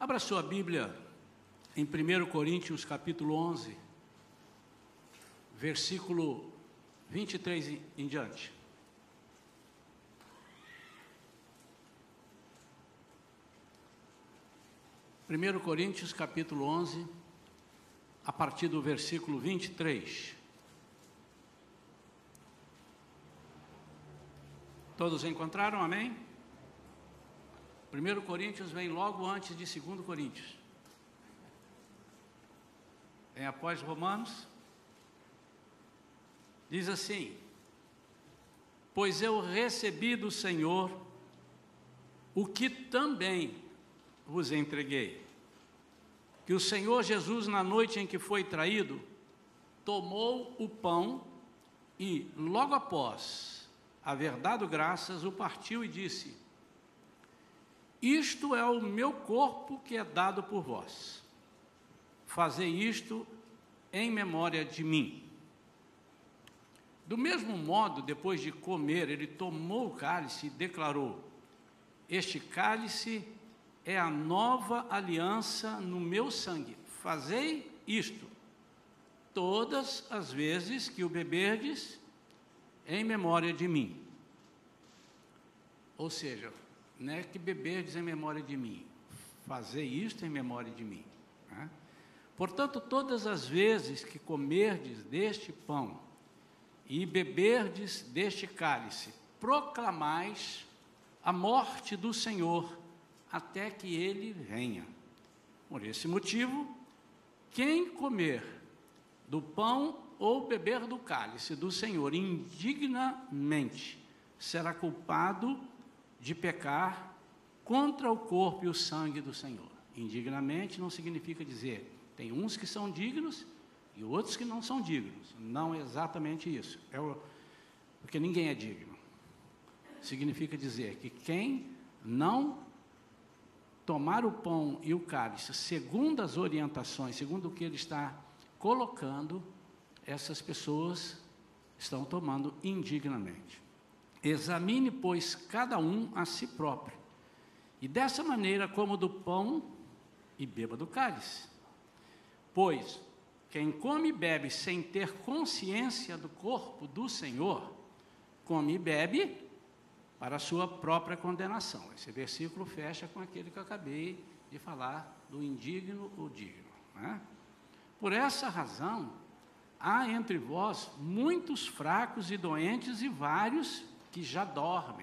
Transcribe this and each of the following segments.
Abra sua Bíblia em 1 Coríntios capítulo 11, versículo 23 em diante. Primeiro Coríntios capítulo 11, a partir do versículo 23. Todos encontraram? Amém? 1 Coríntios vem logo antes de 2 Coríntios. Vem após Romanos. Diz assim: pois eu recebi do Senhor o que também vos entreguei, que o Senhor Jesus, na noite em que foi traído, tomou o pão e, logo após haver dado graças, o partiu e disse: isto é o meu corpo que é dado por vós. Fazei isto em memória de mim. Do mesmo modo, depois de comer, ele tomou o cálice e declarou: este cálice é a nova aliança no meu sangue. Fazei isto todas as vezes que o beberdes em memória de mim. Ou seja, não é que beberdes em memória de mim, fazei isto em memória de mim, né? Portanto, todas as vezes que comerdes deste pão e beberdes deste cálice, proclamais a morte do Senhor até que ele venha. Por esse motivo, quem comer do pão ou beber do cálice do Senhor indignamente será culpado de pecar contra o corpo e o sangue do Senhor. Indignamente não significa dizer, tem uns que são dignos e outros que não são dignos. Não é exatamente isso. Porque ninguém é digno. Significa dizer que quem não tomar o pão e o cálice, segundo as orientações, segundo o que ele está colocando, essas pessoas estão tomando indignamente. Examine, pois, cada um a si próprio, e dessa maneira coma do pão e beba do cálice. Pois quem come e bebe sem ter consciência do corpo do Senhor, come e bebe para a sua própria condenação. Esse versículo fecha com aquele que eu acabei de falar, do indigno ou digno, né? Por essa razão, há entre vós muitos fracos e doentes e vários que já dormem.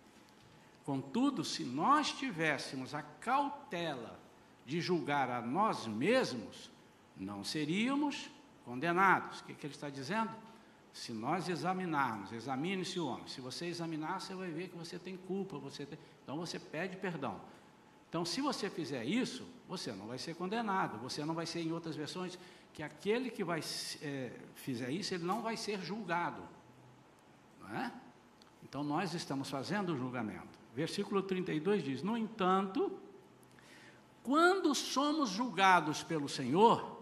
Contudo, se nós tivéssemos a cautela de julgar a nós mesmos, não seríamos condenados. O que ele está dizendo? Se nós examinarmos, examine-se o homem. Se você examinar, você vai ver que você tem culpa, então você pede perdão. Então, se você fizer isso, você não vai ser condenado, você não vai ser, em outras versões, que aquele que fizer isso, ele não vai ser julgado, não é? Então, nós estamos fazendo o julgamento. Versículo 32 diz: no entanto, quando somos julgados pelo Senhor,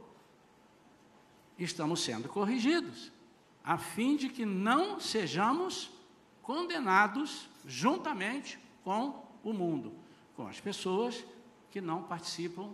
estamos sendo corrigidos, a fim de que não sejamos condenados juntamente com o mundo, com as pessoas que não participam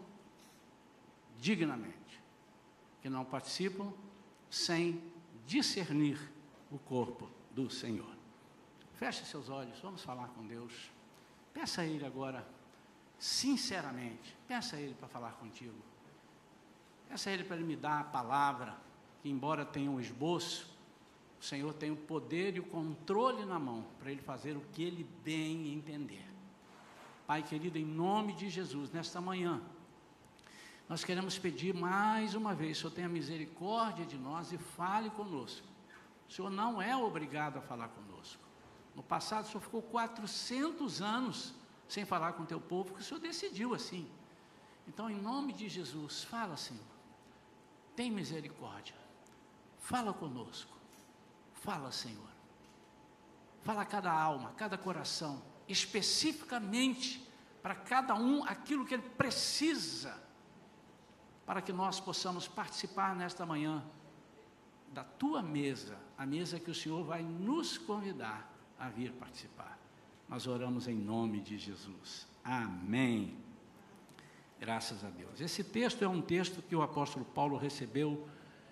dignamente, que não participam sem discernir o corpo do Senhor. Feche seus olhos, vamos falar com Deus. Peça a Ele agora, sinceramente, peça a Ele para falar contigo. Peça a Ele para Ele me dar a palavra, que embora tenha um esboço, o Senhor tem o poder e o controle na mão, para Ele fazer o que Ele bem entender. Pai querido, em nome de Jesus, nesta manhã, nós queremos pedir mais uma vez, o Senhor tenha misericórdia de nós e fale conosco. O Senhor não é obrigado a falar conosco. No passado, o Senhor ficou 400 anos sem falar com o teu povo, porque o Senhor decidiu assim. Então, em nome de Jesus, fala, Senhor. Tem misericórdia. Fala conosco. Fala, Senhor. Fala a cada alma, cada coração, especificamente para cada um aquilo que ele precisa, para que nós possamos participar nesta manhã da tua mesa, a mesa que o Senhor vai nos convidar a vir participar. Nós oramos em nome de Jesus. Amém. Graças a Deus. Esse texto é um texto que o apóstolo Paulo recebeu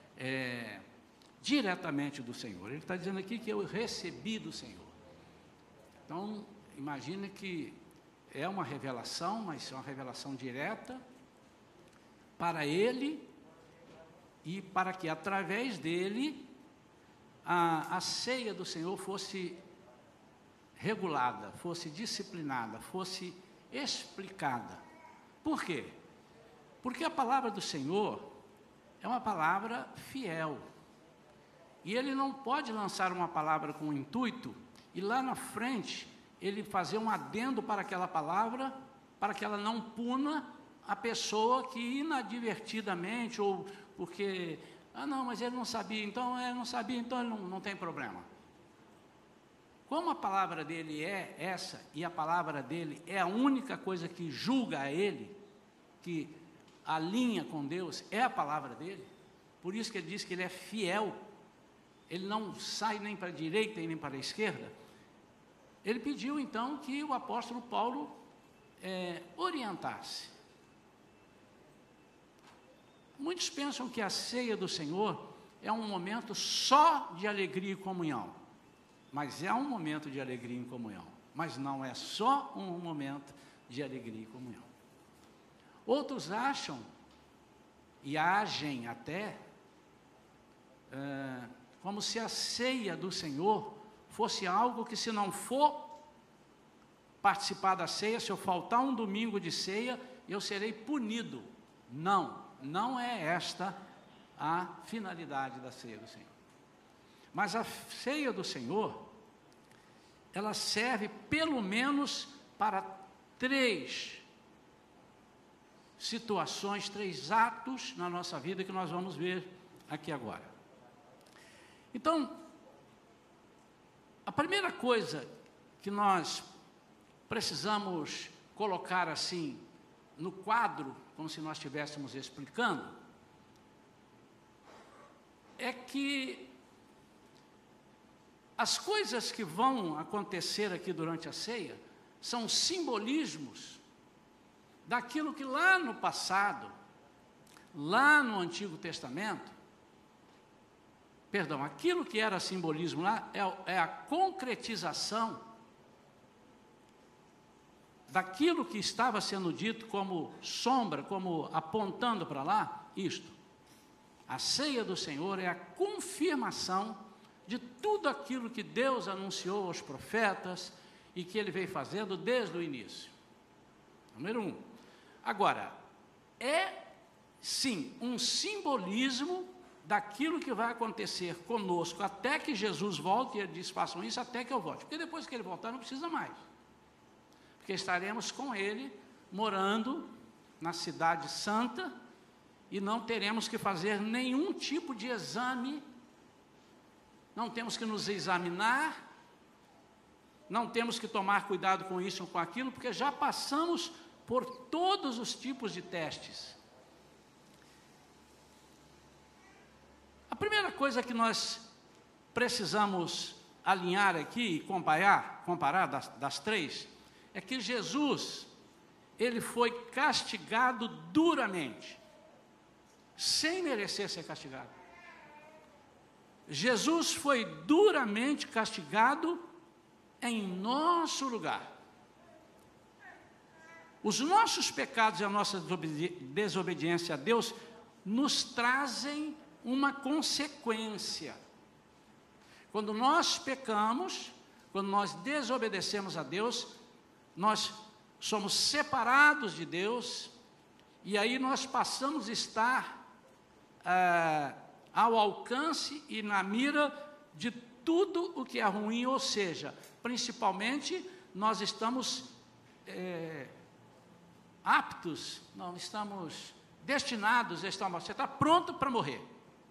diretamente do Senhor. Ele está dizendo aqui que eu recebi do Senhor. Então, imagine que é uma revelação, mas é uma revelação direta para ele e para que através dele a ceia do Senhor fosse regulada, fosse disciplinada, fosse explicada. Por quê? Porque a palavra do Senhor é uma palavra fiel. E ele não pode lançar uma palavra com intuito e lá na frente ele fazer um adendo para aquela palavra, para que ela não puna a pessoa que inadvertidamente, ou porque, não, mas ele não sabia, então ele não tem problema. Como a palavra dele é essa, e a palavra dele é a única coisa que julga a ele, que alinha com Deus, é a palavra dele, por isso que ele diz que ele é fiel, ele não sai nem para a direita e nem para a esquerda. Ele pediu então que o apóstolo Paulo orientasse. Muitos pensam que a ceia do Senhor é um momento só de alegria e comunhão, mas é um momento de alegria e comunhão, mas não é só um momento de alegria e comunhão. Outros acham, e agem até, como se a ceia do Senhor fosse algo que, se não for participar da ceia, se eu faltar um domingo de ceia, eu serei punido. Não é esta a finalidade da ceia do Senhor. Mas a ceia do Senhor, ela serve pelo menos para 3 situações, 3 atos na nossa vida que nós vamos ver aqui agora. Então, a primeira coisa que nós precisamos colocar assim no quadro, como se nós estivéssemos explicando, é que as coisas que vão acontecer aqui durante a ceia são simbolismos daquilo que lá no passado, lá no Antigo Testamento, aquilo que era simbolismo lá é a concretização daquilo que estava sendo dito como sombra, como apontando para lá, isto. A ceia do Senhor é a confirmação de tudo aquilo que Deus anunciou aos profetas e que Ele veio fazendo desde o início. Número 1. Agora, é sim um simbolismo daquilo que vai acontecer conosco até que Jesus volte, e Ele diz, façam isso até que eu volte, porque depois que Ele voltar não precisa mais, porque estaremos com Ele, morando na cidade santa, e não teremos que fazer nenhum tipo de exame, não temos que nos examinar, não temos que tomar cuidado com isso ou com aquilo, porque já passamos por todos os tipos de testes. A primeira coisa que nós precisamos alinhar aqui e comparar das 3, é que Jesus, Ele foi castigado duramente, sem merecer ser castigado. Jesus foi duramente castigado em nosso lugar. Os nossos pecados e a nossa desobediência a Deus nos trazem uma consequência. Quando nós pecamos, quando nós desobedecemos a Deus, nós somos separados de Deus, e aí nós passamos a estar ao alcance e na mira de tudo o que é ruim, ou seja, principalmente nós estamos estamos destinados a estar, você está pronto para morrer.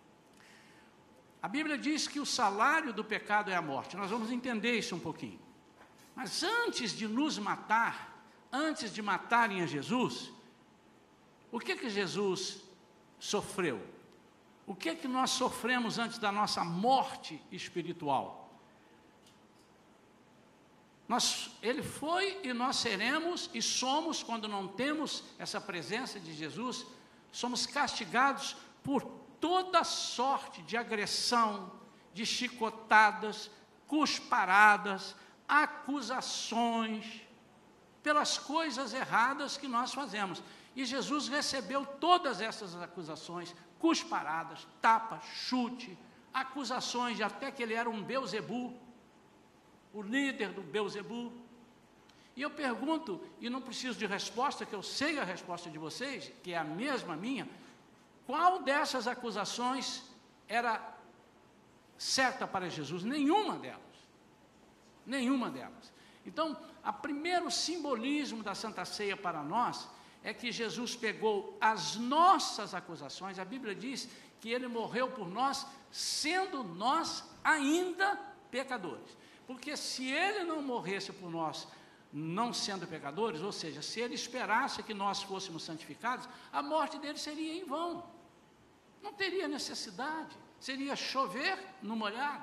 A Bíblia diz que o salário do pecado é a morte, nós vamos entender isso um pouquinho. Mas antes de nos matar, antes de matarem a Jesus, o que Jesus sofreu? O que nós sofremos antes da nossa morte espiritual? Ele foi e nós seremos e somos, quando não temos essa presença de Jesus, somos castigados por toda sorte de agressão, de chicotadas, cusparadas, acusações, pelas coisas erradas que nós fazemos. E Jesus recebeu todas essas acusações, cusparadas, tapa, chute, acusações de até que ele era um Beuzebu, o líder do Beuzebu. E eu pergunto, e não preciso de resposta, que eu sei a resposta de vocês, que é a mesma minha, qual dessas acusações era certa para Jesus? Nenhuma delas. Nenhuma delas. Então, o primeiro simbolismo da Santa Ceia para nós é que Jesus pegou as nossas acusações. A Bíblia diz que ele morreu por nós, sendo nós ainda pecadores. Porque se ele não morresse por nós, não sendo pecadores, ou seja, se ele esperasse que nós fôssemos santificados, a morte dele seria em vão. Não teria necessidade, seria chover no molhado.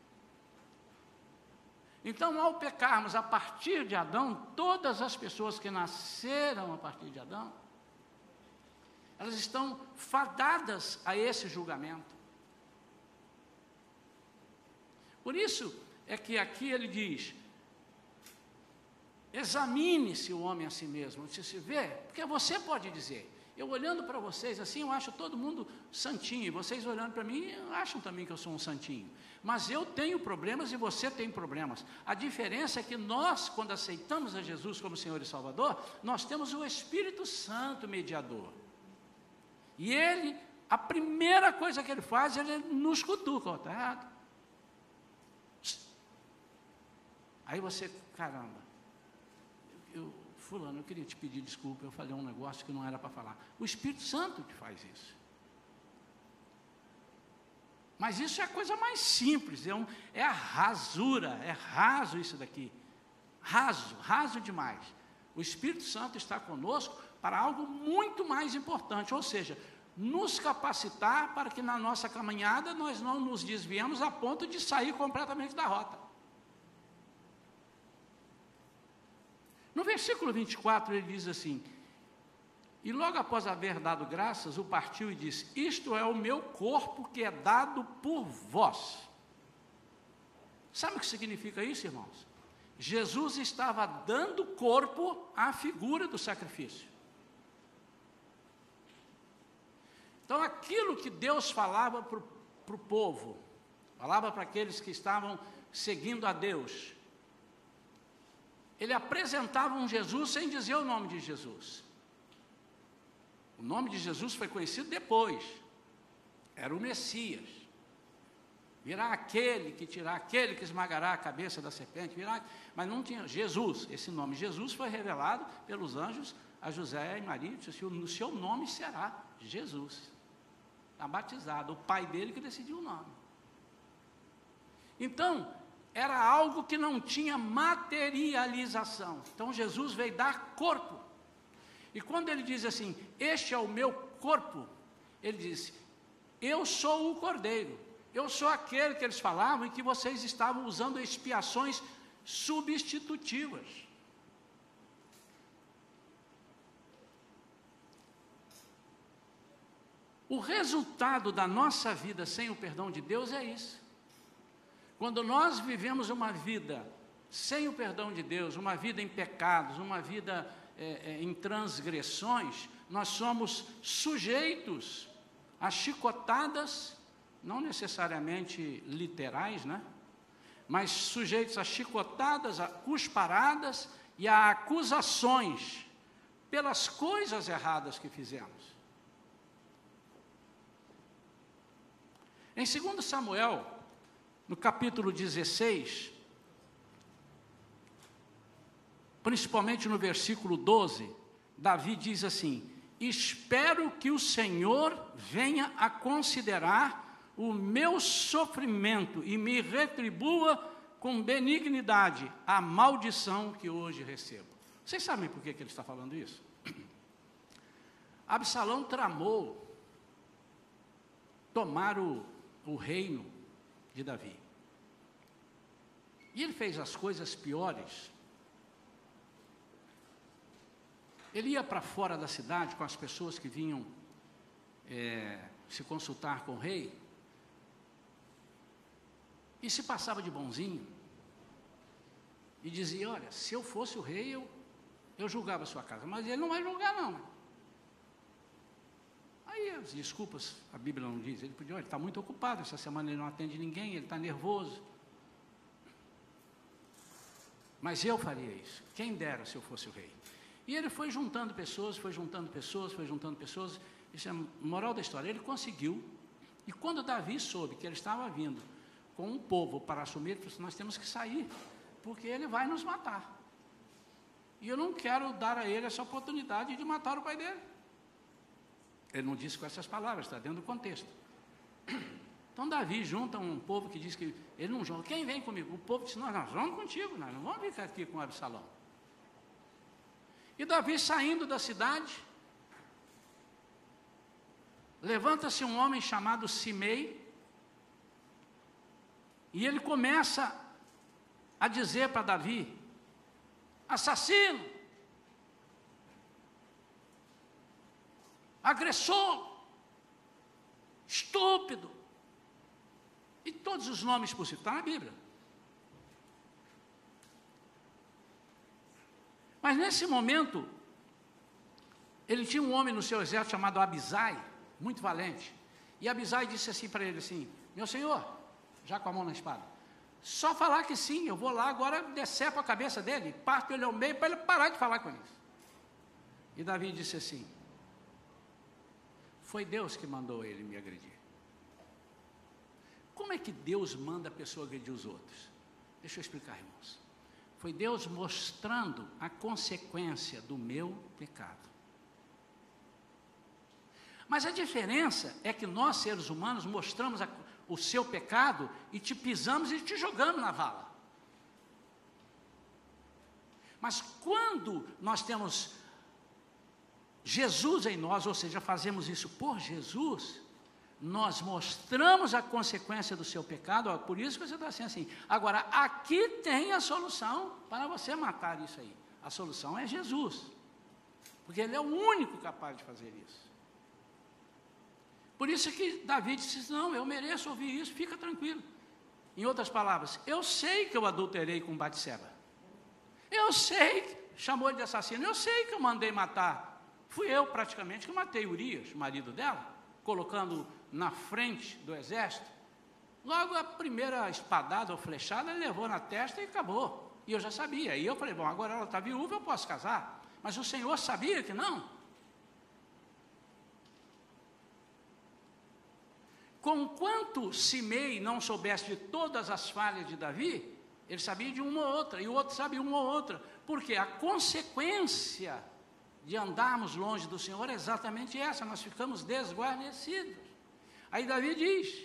Então, ao pecarmos a partir de Adão, todas as pessoas que nasceram a partir de Adão, elas estão fadadas a esse julgamento. Por isso é que aqui ele diz, examine-se o homem a si mesmo. Você se vê, porque você pode dizer, eu olhando para vocês assim, eu acho todo mundo santinho, e vocês olhando para mim, acham também que eu sou um santinho. Mas eu tenho problemas e você tem problemas. A diferença é que nós, quando aceitamos a Jesus como Senhor e Salvador, nós temos o Espírito Santo mediador. E ele, a primeira coisa que ele faz, ele nos cutuca, está errado. Aí você, caramba, fulano, eu queria te pedir desculpa, eu falei um negócio que não era para falar. O Espírito Santo que faz isso. Mas isso é a coisa mais simples, é a rasura, é raso isso daqui. Raso demais. O Espírito Santo está conosco para algo muito mais importante, ou seja, nos capacitar para que na nossa caminhada nós não nos desviemos a ponto de sair completamente da rota. No versículo 24 ele diz assim, e logo após haver dado graças, o partiu e disse, isto é o meu corpo que é dado por vós. Sabe o que significa isso, irmãos? Jesus estava dando corpo à figura do sacrifício. Então aquilo que Deus falava para o povo, falava para aqueles que estavam seguindo a Deus, ele apresentava um Jesus sem dizer o nome de Jesus. O nome de Jesus foi conhecido depois. Era o Messias. Virá aquele que tirará, aquele que esmagará a cabeça da serpente, virá, mas não tinha Jesus. Esse nome Jesus foi revelado pelos anjos a José e Maria, disse, o seu nome será Jesus. Está batizado, o pai dele que decidiu o nome. Então, era algo que não tinha materialização. Então Jesus veio dar corpo. E quando ele diz assim, este é o meu corpo, ele disse, eu sou o Cordeiro, eu sou aquele que eles falavam e que vocês estavam usando expiações substitutivas. O resultado da nossa vida sem o perdão de Deus é isso. Quando nós vivemos uma vida sem o perdão de Deus, uma vida em pecados, uma vida em transgressões, nós somos sujeitos a chicotadas, não necessariamente literais, né? Mas sujeitos a chicotadas, a cusparadas e a acusações pelas coisas erradas que fizemos. Em 2 Samuel, no capítulo 16, principalmente no versículo 12, Davi diz assim, espero que o Senhor venha a considerar o meu sofrimento e me retribua com benignidade a maldição que hoje recebo. Vocês sabem por que ele está falando isso? Absalão tramou tomar o reino de Davi. E ele fez as coisas piores. Ele ia para fora da cidade com as pessoas que vinham se consultar com o rei, e se passava de bonzinho, e dizia, olha, se eu fosse o rei, eu julgava a sua casa, mas ele não vai julgar não. Aí as desculpas, a Bíblia não diz, ele podia, olha, ele está muito ocupado, essa semana ele não atende ninguém, ele está nervoso. Mas eu faria isso, quem dera se eu fosse o rei. E ele foi juntando pessoas, isso é a moral da história, ele conseguiu, e quando Davi soube que ele estava vindo com um povo para assumir, ele falou assim, nós temos que sair, porque ele vai nos matar. E eu não quero dar a ele essa oportunidade de matar o pai dele. Ele não disse com essas palavras, está dentro do contexto. Então Davi junta um povo que diz que ele não junta, quem vem comigo? O povo disse, nós vamos contigo, nós não vamos ficar aqui com Absalão. E Davi saindo da cidade, levanta-se um homem chamado Simei, e ele começa a dizer para Davi, assassino, agressor, estúpido, e todos os nomes possíveis, está na Bíblia. Mas nesse momento, ele tinha um homem no seu exército chamado Abisai, muito valente, e Abisai disse assim para ele assim, meu senhor, já com a mão na espada, só falar que sim, eu vou lá agora, decepo a cabeça dele, parto ele ao meio para ele parar de falar com eles. E Davi disse assim, foi Deus que mandou ele me agredir. Como é que Deus manda a pessoa agredir os outros? Deixa eu explicar, irmãos. Foi Deus mostrando a consequência do meu pecado. Mas a diferença é que nós, seres humanos, mostramos o seu pecado e te pisamos e te jogamos na vala. Mas quando nós temos Jesus em nós, ou seja, fazemos isso por Jesus, nós mostramos a consequência do seu pecado, ó, por isso que você está assim. Agora, aqui tem a solução para você matar isso aí. A solução é Jesus, porque Ele é o único capaz de fazer isso. Por isso que Davi disse, não, eu mereço ouvir isso, fica tranquilo. Em outras palavras, eu sei que eu adulterei com Batseba. Eu sei, chamou ele de assassino, eu sei que eu mandei matar. Fui eu praticamente que matei Urias, marido dela, colocando na frente do exército. Logo a primeira espadada ou flechada, ele levou na testa e acabou. E eu já sabia. E eu falei, bom, agora ela está viúva, eu posso casar. Mas o Senhor sabia que não. Conquanto Simei não soubesse de todas as falhas de Davi, ele sabia de uma ou outra, e o outro sabia uma ou outra. Porque a consequência de andarmos longe do Senhor é exatamente essa, nós ficamos desguarnecidos. Aí Davi diz,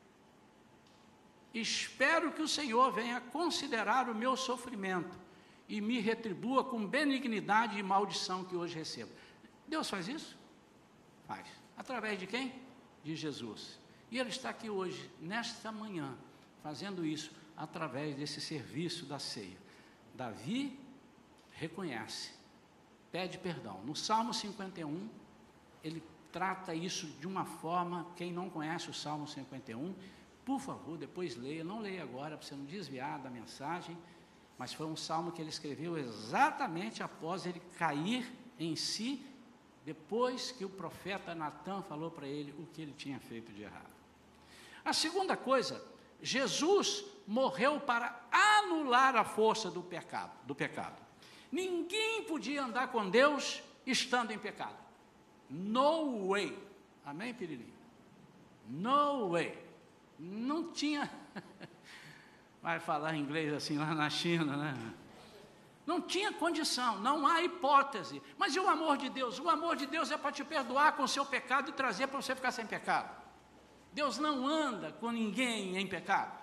espero que o Senhor venha considerar o meu sofrimento e me retribua com benignidade e maldição que hoje recebo. Deus faz isso? Faz. Através de quem? De Jesus. E Ele está aqui hoje, nesta manhã, fazendo isso através desse serviço da ceia. Davi reconhece, pede perdão. No Salmo 51, ele trata isso de uma forma, quem não conhece o Salmo 51, por favor, depois leia, não leia agora, para você não desviar da mensagem, mas foi um salmo que ele escreveu exatamente após ele cair em si, depois que o profeta Natã falou para ele o que ele tinha feito de errado. A segunda coisa, Jesus morreu para anular a força do pecado. Ninguém podia andar com Deus estando em pecado. No way. Amém, Pirilinho? No way. Não tinha... Vai falar inglês assim lá na China, né? Não tinha condição, não há hipótese. Mas e o amor de Deus? O amor de Deus é para te perdoar com o seu pecado e trazer para você ficar sem pecado. Deus não anda com ninguém em pecado.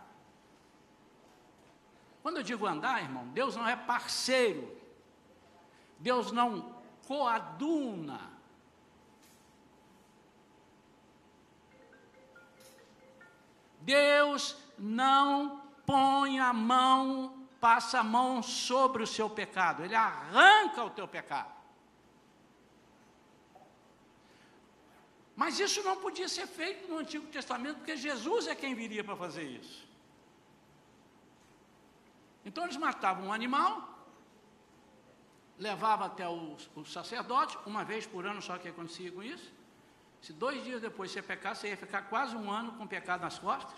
Quando eu digo andar, irmão, Deus não é parceiro. Deus não coaduna. Deus não põe a mão, passa a mão sobre o seu pecado, ele arranca o teu pecado. Mas isso não podia ser feito no Antigo Testamento, porque Jesus é quem viria para fazer isso. Então eles matavam um animal, levavam até o sacerdote, uma vez por ano, só que acontecia com isso. Se 2 dias depois você pecasse, você ia ficar quase 1 ano com o pecado nas costas.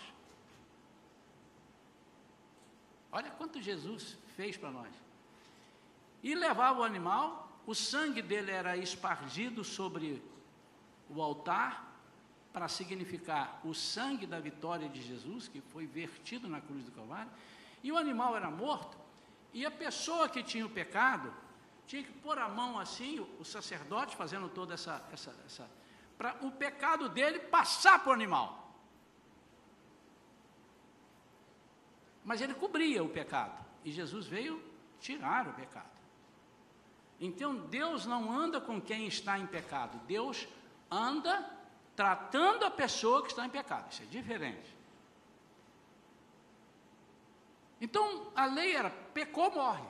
Olha quanto Jesus fez para nós. E levava o animal, o sangue dele era espargido sobre o altar, para significar o sangue da vitória de Jesus, que foi vertido na cruz do Calvário, e o animal era morto, e a pessoa que tinha o pecado, tinha que pôr a mão assim, o sacerdote fazendo toda para o pecado dele passar para o animal. Mas ele cobria o pecado, e Jesus veio tirar o pecado. Então Deus não anda com quem está em pecado, Deus anda tratando a pessoa que está em pecado, isso é diferente. Então a lei era, pecou, morre.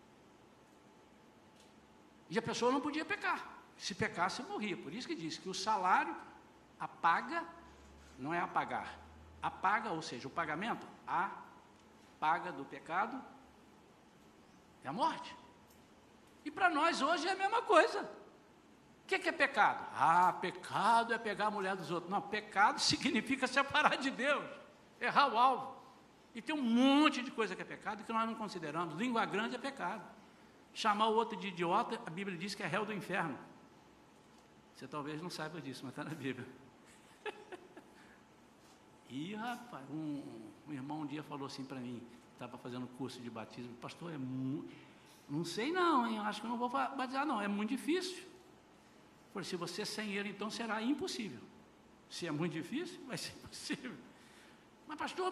E a pessoa não podia pecar, se pecasse morria, por isso que diz que o salário apaga, não é apagar, apaga, ou seja, o pagamento, a paga do pecado é a morte. E para nós hoje é a mesma coisa. O que é pecado? Pecado é pegar a mulher dos outros. Não, pecado significa separar de Deus, errar o alvo. E tem um monte de coisa que é pecado que nós não consideramos. Língua grande é pecado. Chamar o outro de idiota, a Bíblia diz que é réu do inferno. Você talvez não saiba disso, mas está na Bíblia. E, rapaz, um irmão um dia falou assim para mim, estava fazendo curso de batismo, pastor, não sei não, hein, acho que eu não vou batizar não, é muito difícil. Eu falei, se você sem ele, então será impossível. Se é muito difícil, vai ser impossível. Mas pastor,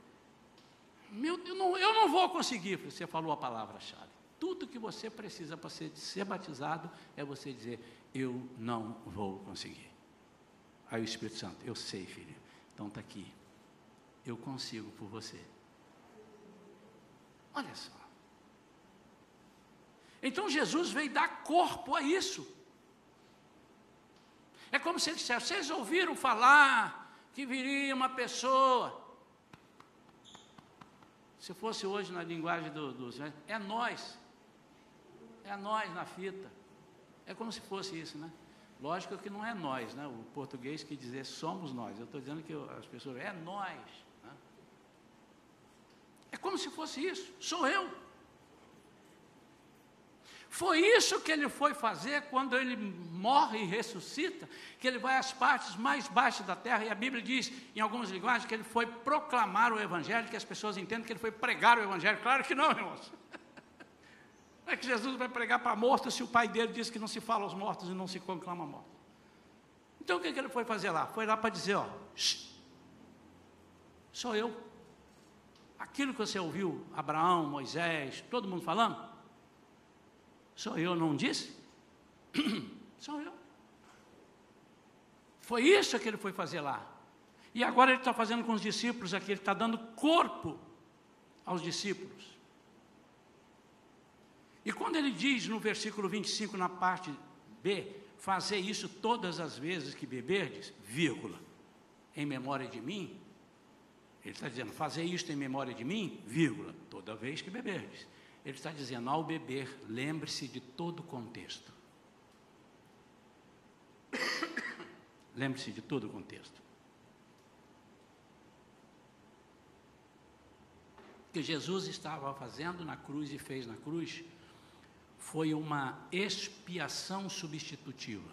eu não vou conseguir. Você falou a palavra-chave. Tudo que você precisa para ser batizado é você dizer, eu não vou conseguir. Aí o Espírito Santo, eu sei, filho, então está aqui, eu consigo por você. Olha só. Então Jesus veio dar corpo a isso. É como se ele dissesse, vocês ouviram falar que viria uma pessoa, se fosse hoje na linguagem dos é nós na fita, é como se fosse isso, né? Lógico que não é nós, né? O português quer dizer somos nós, eu estou dizendo que as pessoas, é nós, né? É como se fosse isso, sou eu. Foi isso que ele foi fazer quando ele morre e ressuscita, que ele vai às partes mais baixas da terra, e a Bíblia diz, em algumas linguagens, que ele foi proclamar o Evangelho, que as pessoas entendem que ele foi pregar o Evangelho. Claro que não, irmãos. Não é que Jesus vai pregar para mortos se o pai dele diz que não se fala aos mortos e não se conclama mortos. Então o que ele foi fazer lá? Foi lá para dizer, sou eu. Aquilo que você ouviu, Abraão, Moisés, todo mundo falando, sou eu, não disse? Sou eu. Foi isso que ele foi fazer lá. E agora ele está fazendo com os discípulos aqui, ele está dando corpo aos discípulos. E quando ele diz no versículo 25, na parte B, fazer isso todas as vezes que beberdes, vírgula, em memória de mim, ele está dizendo, fazer isto em memória de mim, vírgula, toda vez que beberdes. Ele está dizendo, ao beber, lembre-se de todo o contexto. Lembre-se de todo o contexto. O que Jesus estava fazendo na cruz e fez na cruz, foi uma expiação substitutiva.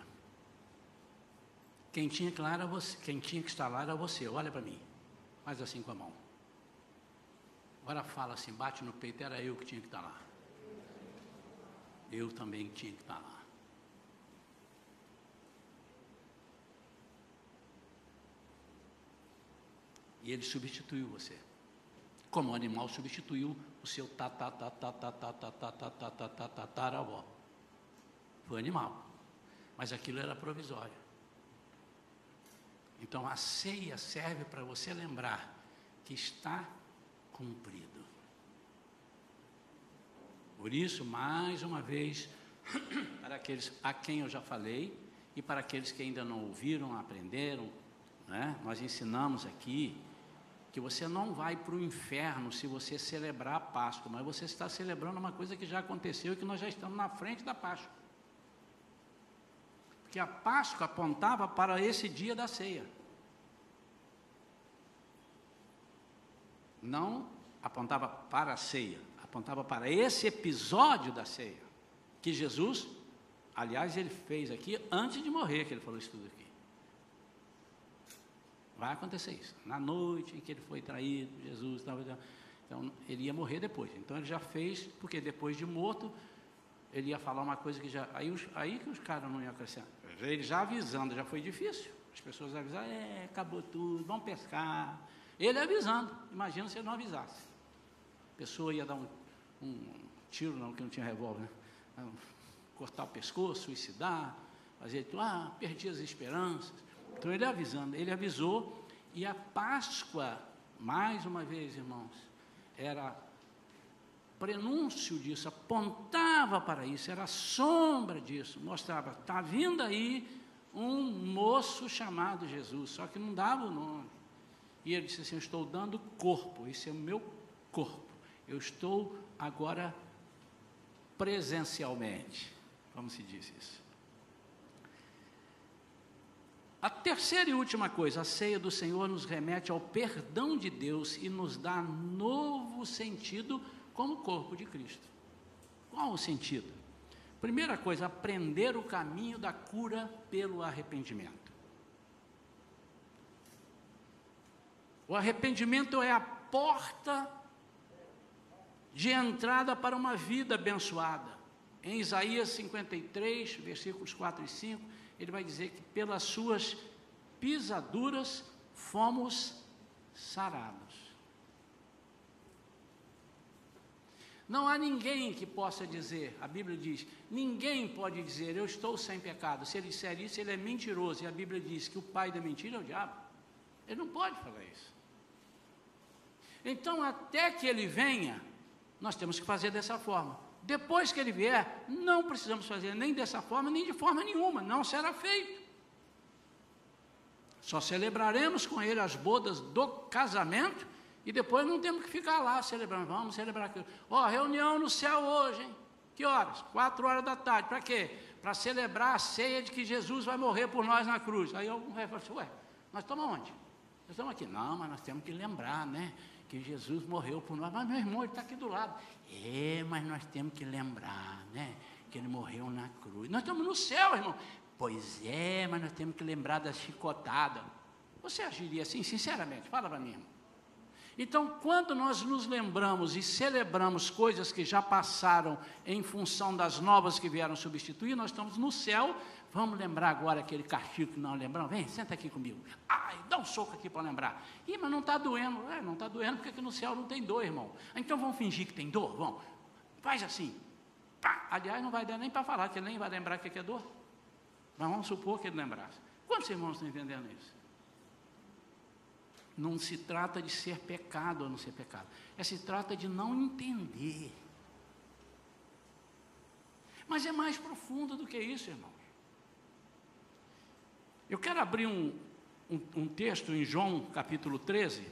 Quem tinha que estar lá era você, olha para mim, faz assim com a mão. Agora fala assim, bate no peito, era eu que tinha que estar lá. Eu também tinha que estar lá. E ele substituiu você. Como o animal substituiu o seu tataravó. Foi animal. Mas aquilo era provisório. Então a ceia serve para você lembrar que está cumprido. Por isso, mais uma vez, para aqueles a quem eu já falei e para aqueles que ainda não ouviram, aprenderam, né? Nós ensinamos aqui que você não vai para o inferno se você celebrar a Páscoa, mas você está celebrando uma coisa que já aconteceu e que nós já estamos na frente da Páscoa. Porque a Páscoa apontava para esse dia da ceia. Não apontava para a ceia, apontava para esse episódio da ceia, que Jesus, aliás, ele fez aqui antes de morrer, que ele falou isso tudo aqui. Vai acontecer isso. Na noite em que ele foi traído, Jesus estava... Então, ele ia morrer depois. Então, ele já fez, porque depois de morto, ele ia falar uma coisa que já... Aí que os caras não iam acrescentar. Ele já avisando, já foi difícil. As pessoas avisaram, acabou tudo, vamos pescar. Ele avisando. Imagina se ele não avisasse. A pessoa ia dar um tiro, não, que não tinha revólver, né? Cortar o pescoço, suicidar, fazer tudo. Perdi as esperanças. Então, ele avisando, ele avisou, e a Páscoa, mais uma vez, irmãos, era prenúncio disso, apontava para isso, era sombra disso, mostrava, está vindo aí um moço chamado Jesus, só que não dava o nome. E ele disse assim, eu estou dando corpo, esse é o meu corpo, eu estou agora presencialmente, como se diz isso. A terceira e última coisa, a ceia do Senhor nos remete ao perdão de Deus e nos dá novo sentido como corpo de Cristo. Qual o sentido? Primeira coisa, aprender o caminho da cura pelo arrependimento. O arrependimento é a porta de entrada para uma vida abençoada. Em Isaías 53, versículos 4 e 5, ele vai dizer que pelas suas pisaduras fomos sarados. Não há ninguém que possa dizer, a Bíblia diz, ninguém pode dizer, eu estou sem pecado. Se ele disser isso, ele é mentiroso. E a Bíblia diz que o pai da mentira é o diabo. Ele não pode falar isso. Então, até que ele venha, nós temos que fazer dessa forma. Depois que ele vier, não precisamos fazer nem dessa forma, nem de forma nenhuma, não será feito. Só celebraremos com ele as bodas do casamento, e depois não temos que ficar lá celebrando, vamos celebrar aquilo. Reunião no céu hoje, hein? Que horas? 4 horas da tarde, para quê? Para celebrar a ceia de que Jesus vai morrer por nós na cruz. Aí algum vai falar assim, nós estamos onde? Nós estamos aqui. Não, mas nós temos que lembrar, né? Que Jesus morreu por nós. Mas meu irmão, ele está aqui do lado. Mas nós temos que lembrar, né? Que ele morreu na cruz. Nós estamos no céu, irmão. Pois é, mas nós temos que lembrar da chicotada. Você agiria assim, sinceramente? Fala para mim, irmão. Então, quando nós nos lembramos e celebramos coisas que já passaram em função das novas que vieram substituir, nós estamos no céu. Vamos lembrar agora aquele castigo que não lembramos? Vem, senta aqui comigo. Dá um soco aqui para lembrar. Mas não está doendo. Não está doendo porque aqui no céu não tem dor, irmão. Então vamos fingir que tem dor? Vamos. Faz assim. Pá. Aliás, não vai dar nem para falar, que ele nem vai lembrar o que é dor. Mas vamos supor que ele lembrasse. Quantos irmãos estão entendendo isso? Não se trata de ser pecado ou não ser pecado. Se trata de não entender. Mas é mais profundo do que isso, irmão. Eu quero abrir um texto em João, capítulo 13,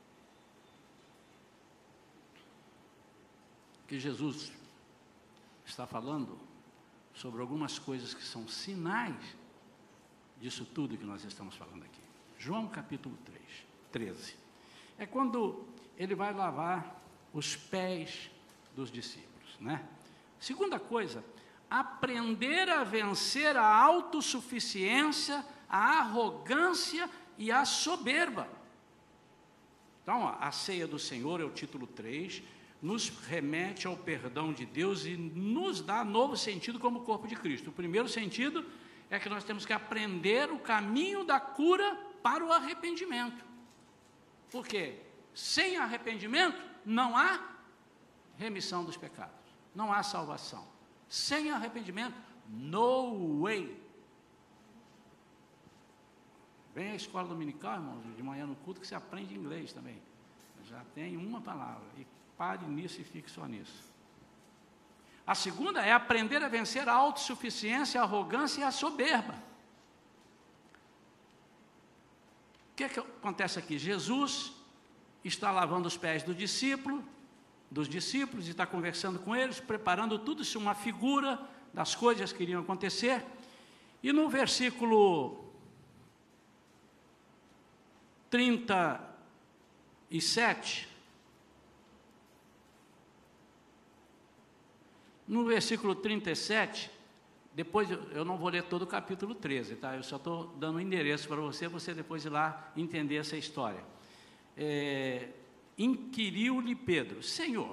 que Jesus está falando sobre algumas coisas que são sinais disso tudo que nós estamos falando aqui. João, capítulo 13. É quando ele vai lavar os pés dos discípulos, né? Segunda coisa, aprender a vencer a autossuficiência, a arrogância e a soberba. Então, a ceia do Senhor, é o título 3, nos remete ao perdão de Deus e nos dá novo sentido como corpo de Cristo. O primeiro sentido é que nós temos que aprender o caminho da cura para o arrependimento. Por quê? Sem arrependimento não há remissão dos pecados, não há salvação. Sem arrependimento, no way. Vem à escola dominical, irmãos, de manhã no culto, que você aprende inglês também. Já tem uma palavra. E pare nisso e fique só nisso. A segunda é aprender a vencer a autossuficiência, a arrogância e a soberba. O que acontece aqui? Jesus está lavando os pés dos discípulos, e está conversando com eles, preparando tudo isso, uma figura das coisas que iriam acontecer. E no versículo 37, depois eu não vou ler todo o capítulo 13, tá? Eu só estou dando um endereço para você depois ir lá entender essa história. Inquiriu-lhe Pedro: Senhor,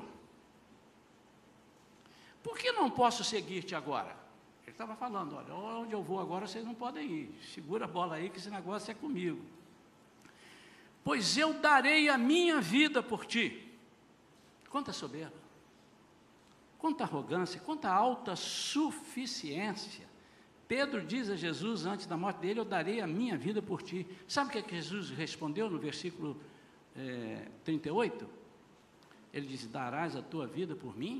por que não posso seguir-te agora? Ele estava falando: olha, onde eu vou agora vocês não podem ir, segura a bola aí que esse negócio é comigo. Pois eu darei a minha vida por ti. Quanta soberba, quanta arrogância, quanta alta suficiência. Pedro diz a Jesus antes da morte dele: eu darei a minha vida por ti. Sabe o que é que Jesus respondeu no versículo 38? Ele diz: darás a tua vida por mim?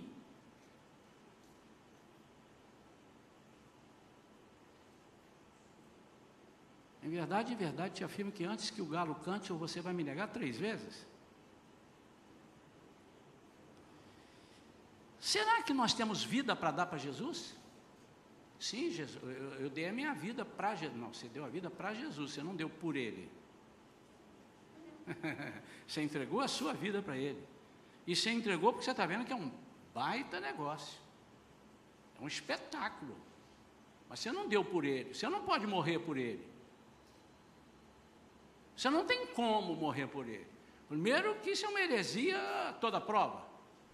Em verdade, te afirmo que antes que o galo cante, ou você vai me negar 3 vezes. Será que nós temos vida para dar para Jesus? Sim, Jesus, eu dei a minha vida para Jesus. Não, você deu a vida para Jesus, você não deu por Ele. Você entregou a sua vida para Ele. E você entregou porque você está vendo que é um baita negócio. É um espetáculo. Mas você não deu por Ele. Você não pode morrer por Ele. Você não tem como morrer por Ele. Primeiro que isso é uma heresia toda prova.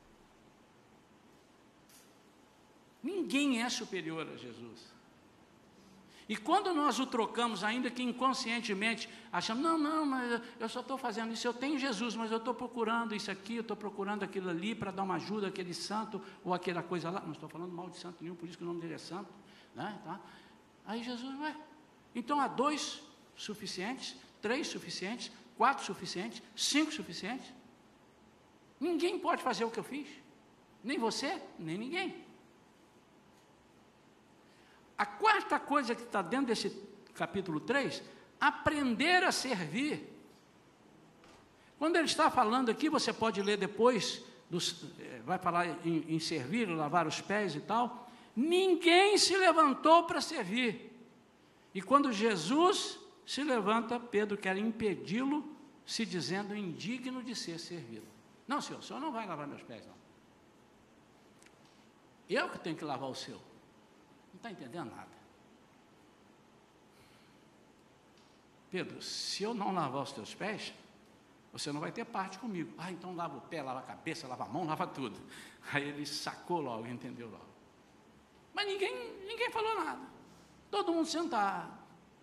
Ninguém é superior a Jesus. E quando nós o trocamos, ainda que inconscientemente, achamos: não, mas eu só estou fazendo isso, eu tenho Jesus, mas eu estou procurando isso aqui, eu estou procurando aquilo ali, para dar uma ajuda àquele santo, ou aquela coisa lá. Não estou falando mal de santo nenhum, por isso que o nome dele é santo, né? Tá? Aí Jesus, então há 2 suficientes, 3 suficientes, 4 suficientes, 5 suficientes. Ninguém pode fazer o que eu fiz, nem você, nem ninguém. A quarta coisa que está dentro desse capítulo 3, aprender a servir. Quando ele está falando aqui, você pode ler depois, vai falar em servir, lavar os pés e tal. Ninguém se levantou para servir. E quando Jesus se levanta, Pedro quer impedi-lo, se dizendo indigno de ser servido. Não, senhor, o senhor não vai lavar meus pés, não. Eu que tenho que lavar o seu. Não está entendendo nada. Pedro, se eu não lavar os teus pés, você não vai ter parte comigo. Então lava o pé, lava a cabeça, lava a mão, lava tudo. Aí ele sacou logo, entendeu logo. Mas ninguém falou nada. Todo mundo sentado.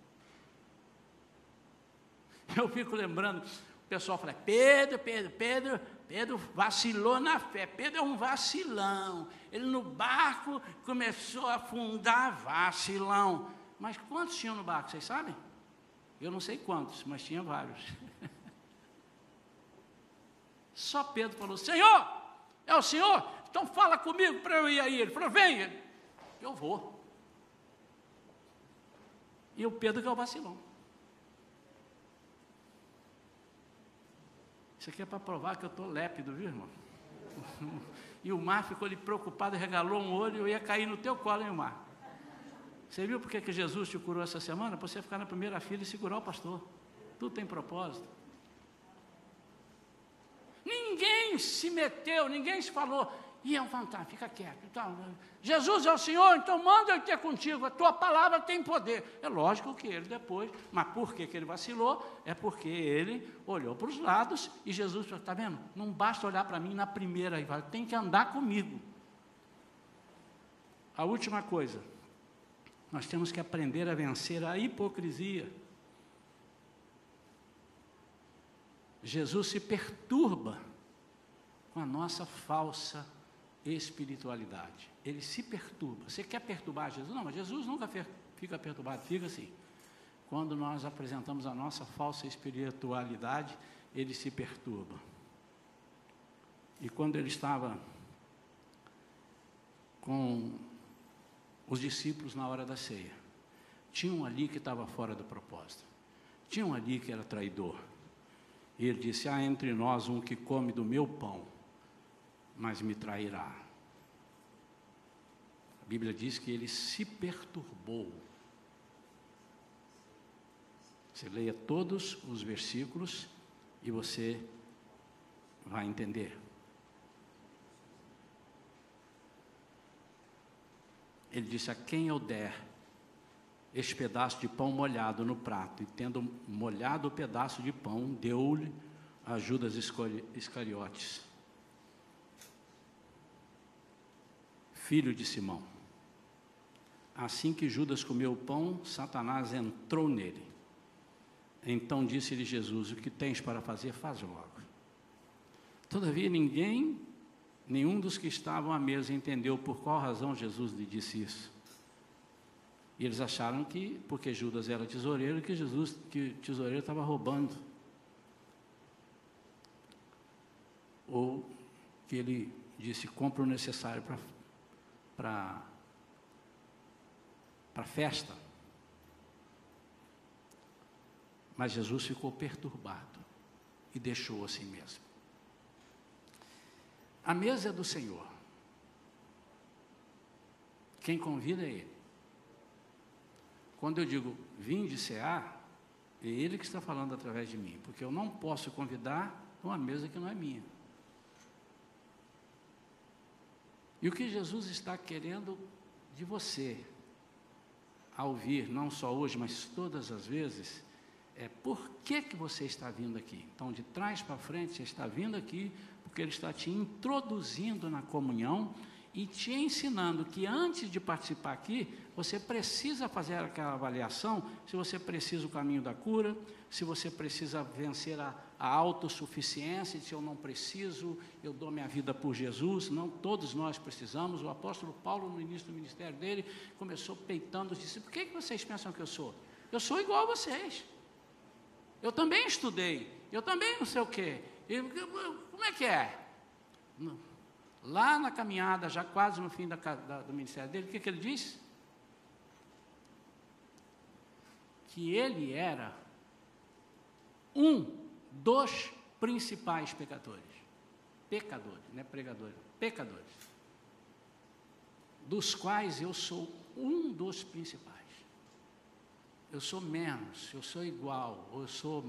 Eu fico lembrando, o pessoal fala: Pedro vacilou na fé. Pedro é um vacilão. Ele no barco começou a afundar, vacilão. Mas quantos tinham no barco, vocês sabem? Eu não sei quantos, mas tinha vários. Só Pedro falou: Senhor, é o Senhor? Então fala comigo para eu ir aí. Ele falou: venha. Eu vou. E o Pedro que é o vacilão. Isso aqui é para provar que eu estou lépido, viu, irmão? E o mar ficou ali preocupado, regalou um olho, eu ia cair no teu colo, hein, Mar? Você viu por que Jesus te curou essa semana? Para você ficar na primeira fila e segurar o pastor. Tudo tem propósito. Ninguém se meteu, ninguém se falou: é um fantasma, fica quieto. Então, Jesus é o Senhor, então manda eu ter contigo, a tua palavra tem poder. É lógico que ele depois, mas por que ele vacilou? É porque ele olhou para os lados e Jesus falou: está vendo? Não basta olhar para mim na primeira, tem que andar comigo. A última coisa, nós temos que aprender a vencer a hipocrisia. Jesus se perturba com a nossa falsa espiritualidade. Ele se perturba. Você quer perturbar Jesus? Não, mas Jesus nunca fica perturbado, fica assim. Quando nós apresentamos a nossa falsa espiritualidade, ele se perturba. E quando ele estava com os discípulos na hora da ceia, tinha um ali que estava fora do propósito, tinha um ali que era traidor. E ele disse: há entre nós um que come do meu pão, mas me trairá. A Bíblia diz que ele se perturbou. Você leia todos os versículos e você vai entender. Ele disse: a quem eu der este pedaço de pão molhado no prato, e tendo molhado o pedaço de pão, deu-lhe a Judas Iscariotes, filho de Simão. Assim que Judas comeu o pão, Satanás entrou nele. Então disse-lhe Jesus: o que tens para fazer, faz logo. Todavia nenhum dos que estavam à mesa entendeu por qual razão Jesus lhe disse isso. E eles acharam que, porque Judas era tesoureiro, que o tesoureiro estava roubando. Ou que ele disse: compra o necessário para a festa. Mas Jesus ficou perturbado e deixou assim mesmo. A mesa é do Senhor. Quem convida é Ele. Quando eu digo vinde cear, é Ele que está falando através de mim, porque eu não posso convidar uma mesa que não é minha. E o que Jesus está querendo de você, ao vir, não só hoje, mas todas as vezes, é por que você está vindo aqui. Então, de trás para frente, você está vindo aqui, porque Ele está te introduzindo na comunhão e te ensinando que antes de participar aqui, você precisa fazer aquela avaliação, se você precisa o caminho da cura, se você precisa vencer a autossuficiência, se eu não preciso, eu dou minha vida por Jesus. Não, todos nós precisamos. O apóstolo Paulo, no início do ministério dele, começou peitando os discípulos: por que vocês pensam que eu sou? Eu sou igual a vocês. Eu também estudei, eu também não sei o quê. Como é que é? Lá na caminhada, já quase no fim do ministério dele, o que ele disse? Que ele era um dos principais pecadores, não é pregadores, pecadores, dos quais eu sou um dos principais. Eu sou menos, eu sou igual, eu sou...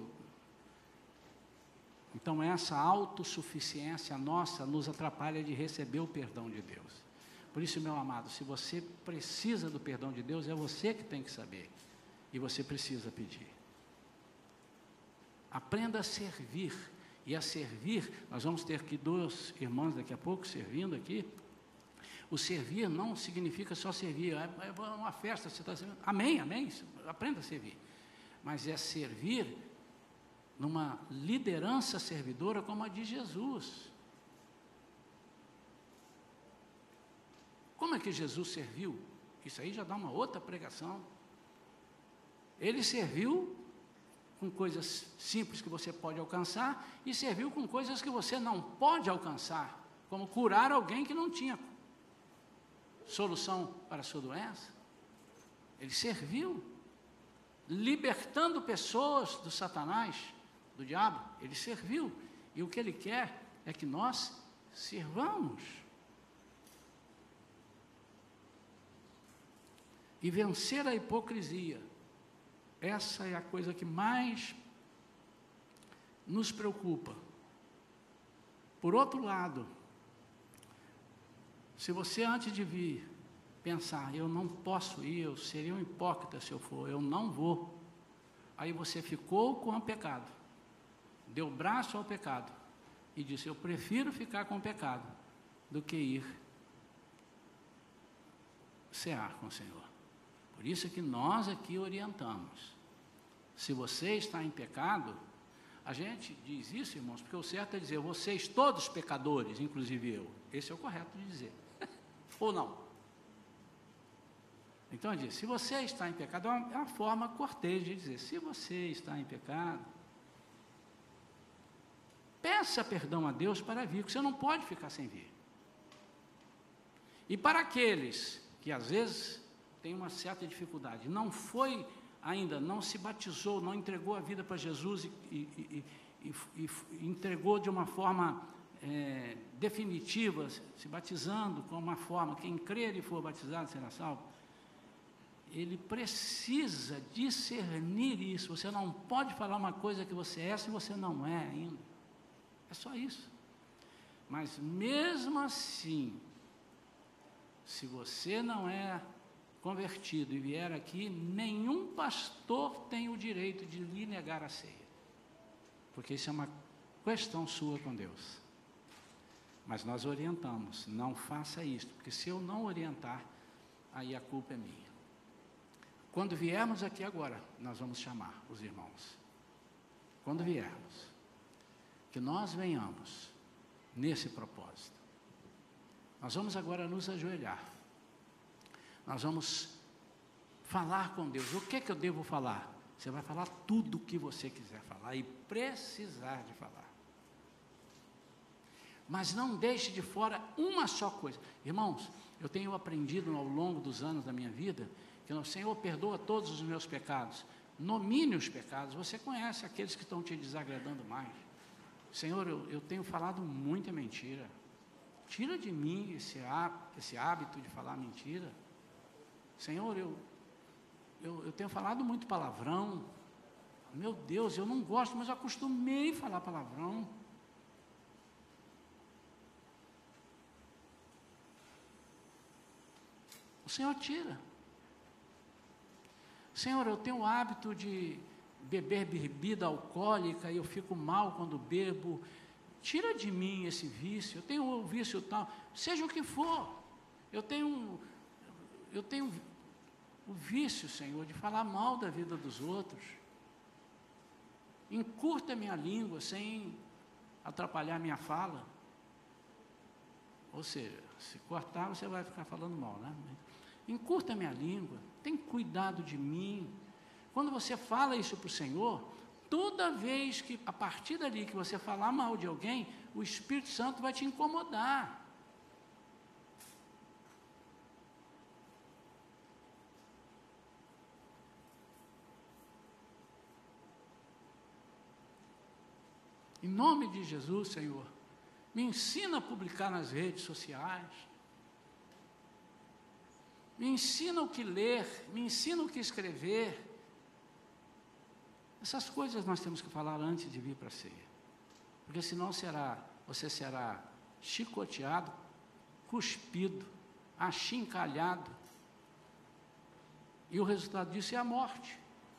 Então essa autossuficiência nossa nos atrapalha de receber o perdão de Deus. Por isso, meu amado, se você precisa do perdão de Deus, é você que tem que saber, e você precisa pedir. Aprenda a servir, e a servir, nós vamos ter aqui 2 irmãos daqui a pouco servindo aqui. O servir não significa só servir, é uma festa, você está servindo, amém, aprenda a servir, mas é servir numa liderança servidora como a de Jesus. Como é que Jesus serviu? Isso aí já dá uma outra pregação. Ele serviu com coisas simples que você pode alcançar, e serviu com coisas que você não pode alcançar, como curar alguém que não tinha solução para a sua doença. Ele serviu, libertando pessoas do Satanás, do diabo. Ele serviu, e o que Ele quer é que nós sirvamos. E vencer a hipocrisia, essa é a coisa que mais nos preocupa. Por outro lado, se você antes de vir pensar, eu não posso ir, eu seria um hipócrita se eu for, eu não vou, aí você ficou com o pecado, deu braço ao pecado e disse: eu prefiro ficar com o pecado do que ir cear com o Senhor. Por isso é que nós aqui orientamos. Se você está em pecado, a gente diz isso, irmãos, porque o certo é dizer: vocês todos pecadores, inclusive eu. Esse é o correto de dizer. Ou não? Então, eu disse, se você está em pecado, é uma forma cortês de dizer: se você está em pecado, Peça perdão a Deus para vir, porque você não pode ficar sem vir. E para aqueles que às vezes têm uma certa dificuldade, não foi ainda, não se batizou, não entregou a vida para Jesus e entregou de uma forma definitiva, se batizando com uma forma, quem crer e for batizado será salvo. Ele precisa discernir isso. Você não pode falar uma coisa que você é se você não é ainda. É só isso. Mas mesmo assim, se você não é convertido e vier aqui, nenhum pastor tem o direito de lhe negar a ceia. Porque isso é uma questão sua com Deus. Mas nós orientamos, não faça isso, porque se eu não orientar, aí a culpa é minha. Quando viermos aqui agora, nós vamos chamar os irmãos. Quando viermos, que nós venhamos nesse propósito. Nós vamos agora nos ajoelhar. Nós vamos falar com Deus. O que é que eu devo falar? Você vai falar tudo o que você quiser falar e precisar de falar. Mas não deixe de fora uma só coisa. Irmãos, eu tenho aprendido ao longo dos anos da minha vida que o Senhor perdoa todos os meus pecados. Nomine os pecados. Você conhece aqueles que estão te desagradando mais. Senhor, eu tenho falado muita mentira. Tira de mim esse hábito de falar mentira. Senhor, eu tenho falado muito palavrão. Meu Deus, eu não gosto, mas eu acostumei a falar palavrão. O Senhor tira. Senhor, eu tenho o hábito de beber bebida alcoólica e eu fico mal quando bebo. Tira de mim esse vício. Eu tenho o vício tal, seja o que for. Eu tenho o vício, Senhor, de falar mal da vida dos outros. Encurta minha língua sem atrapalhar minha fala. Ou seja, se cortar, você vai ficar falando mal, né? Encurta minha língua, tem cuidado de mim. Quando você fala isso para o Senhor, toda vez que, a partir dali que você falar mal de alguém, o Espírito Santo vai te incomodar. Em nome de Jesus, Senhor, me ensina a publicar nas redes sociais. Me ensina o que ler, me ensina o que escrever. Essas coisas nós temos que falar antes de vir para a ceia. Porque senão você será chicoteado, cuspido, achincalhado. E o resultado disso é a morte.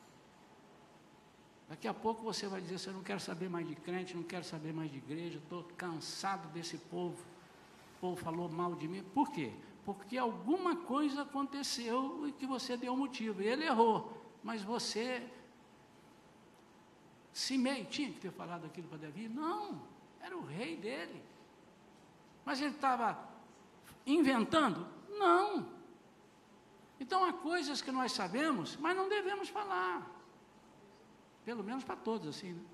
Daqui a pouco você vai dizer, eu não quero saber mais de crente, não quero saber mais de igreja, estou cansado desse povo. O povo falou mal de mim. Por quê? Porque alguma coisa aconteceu e que você deu motivo. Ele errou, mas você tinha que ter falado aquilo para Davi? Não, era o rei dele. Mas ele estava inventando? Não. Então há coisas que nós sabemos, mas não devemos falar. Pelo menos para todos assim, né?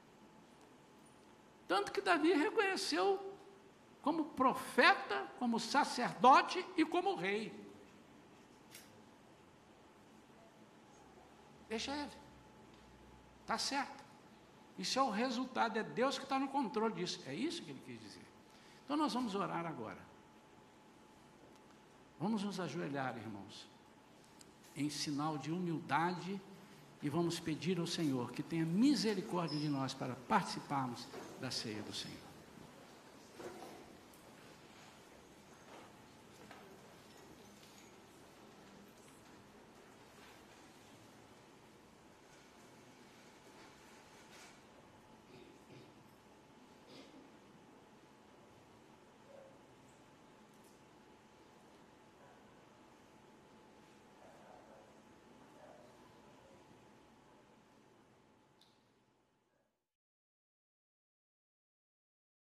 Tanto que Davi reconheceu como profeta, como sacerdote e como rei. Deixa ele. Está certo. Isso é o resultado, é Deus que está no controle disso. É isso que ele quis dizer. Então nós vamos orar agora. Vamos nos ajoelhar, irmãos, em sinal de humildade e vamos pedir ao Senhor que tenha misericórdia de nós para participarmos da ceia do Senhor.